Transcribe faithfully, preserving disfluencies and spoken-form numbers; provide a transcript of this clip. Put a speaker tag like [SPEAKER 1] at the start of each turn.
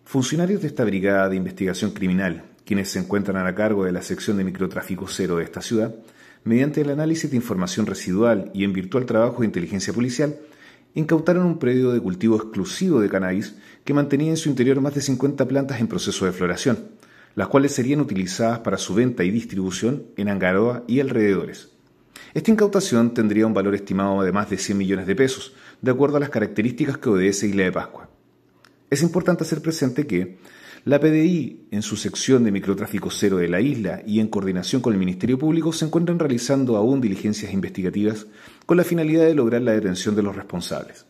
[SPEAKER 1] Funcionarios de esta Brigada de Investigación Criminal, quienes se encuentran a cargo de la sección de microtráfico cero de esta ciudad, mediante el análisis de información residual y en virtual trabajo de inteligencia policial, incautaron un predio de cultivo exclusivo de cannabis que mantenía en su interior más de cincuenta plantas en proceso de floración, las cuales serían utilizadas para su venta y distribución en Angaroa y alrededores. Esta incautación tendría un valor estimado de más de cien millones de pesos, de acuerdo a las características que obedece Isla de Pascua. Es importante hacer presente que la P D I, en su sección de microtráfico cero de la isla y en coordinación con el Ministerio Público, se encuentran realizando aún diligencias investigativas con la finalidad de lograr la detención de los responsables.